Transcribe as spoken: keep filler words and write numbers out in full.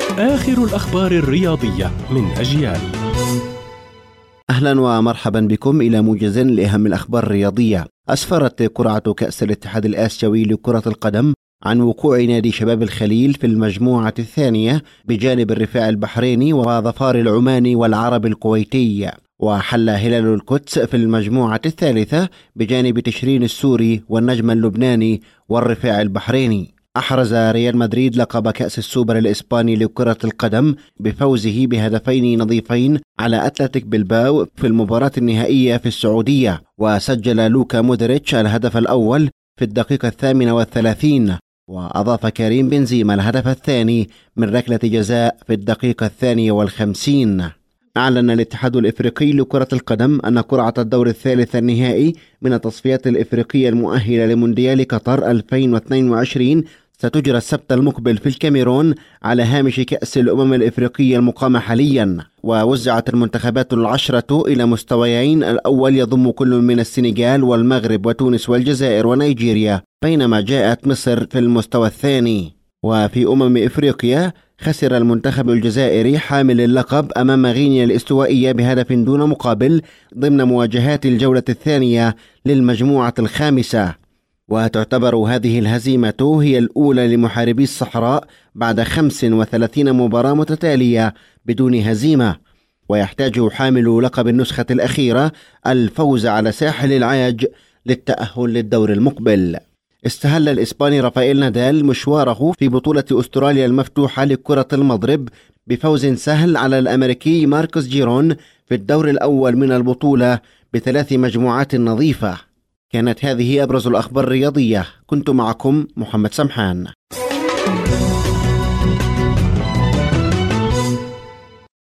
آخر الأخبار الرياضية من أجيال. أهلا ومرحبا بكم إلى موجز لأهم الأخبار الرياضية. أسفرت قرعة كأس الاتحاد الآسيوي لكرة القدم عن وقوع نادي شباب الخليل في المجموعة الثانية بجانب الرفاع البحريني وظفار العماني والعرب الكويتي، وحل هلال القدس في المجموعة الثالثة بجانب تشرين السوري والنجم اللبناني والرفاع البحريني. أحرز ريال مدريد لقب كأس السوبر الإسباني لكرة القدم بفوزه بهدفين نظيفين على أتلتيك بلباو في المباراة النهائية في السعودية، وسجل لوكا مودريتش الهدف الأول في الدقيقة الثامنة والثلاثين، وأضاف كريم بنزيما الهدف الثاني من ركلة جزاء في الدقيقة الثانية والخمسين. أعلن الاتحاد الإفريقي لكرة القدم أن قرعة الدور الثالث النهائي من التصفيات الإفريقية المؤهلة لمونديال قطر ألفين واثنين وعشرين ستجرى السبت المقبل في الكاميرون على هامش كأس الأمم الإفريقية المقامة حاليا. ووزعت المنتخبات العشرة إلى مستويين، الأول يضم كل من السنغال والمغرب وتونس والجزائر ونيجيريا، بينما جاءت مصر في المستوى الثاني. وفي أمم إفريقيا خسر المنتخب الجزائري حامل اللقب أمام غينيا الاستوائية بهدف دون مقابل ضمن مواجهات الجولة الثانية للمجموعة الخامسة، وتعتبر هذه الهزيمة هي الأولى لمحاربي الصحراء بعد خمس وثلاثين مباراة متتالية بدون هزيمة، ويحتاج حامل لقب النسخة الأخيرة الفوز على ساحل العاج للتأهل للدور المقبل. استهل الإسباني رافائيل نادال مشواره في بطولة أستراليا المفتوحة لكرة المضرب بفوز سهل على الأمريكي ماركوس جيرون في الدور الأول من البطولة بثلاث مجموعات نظيفة. كانت هذه أبرز الأخبار الرياضية، كنت معكم محمد سمحان.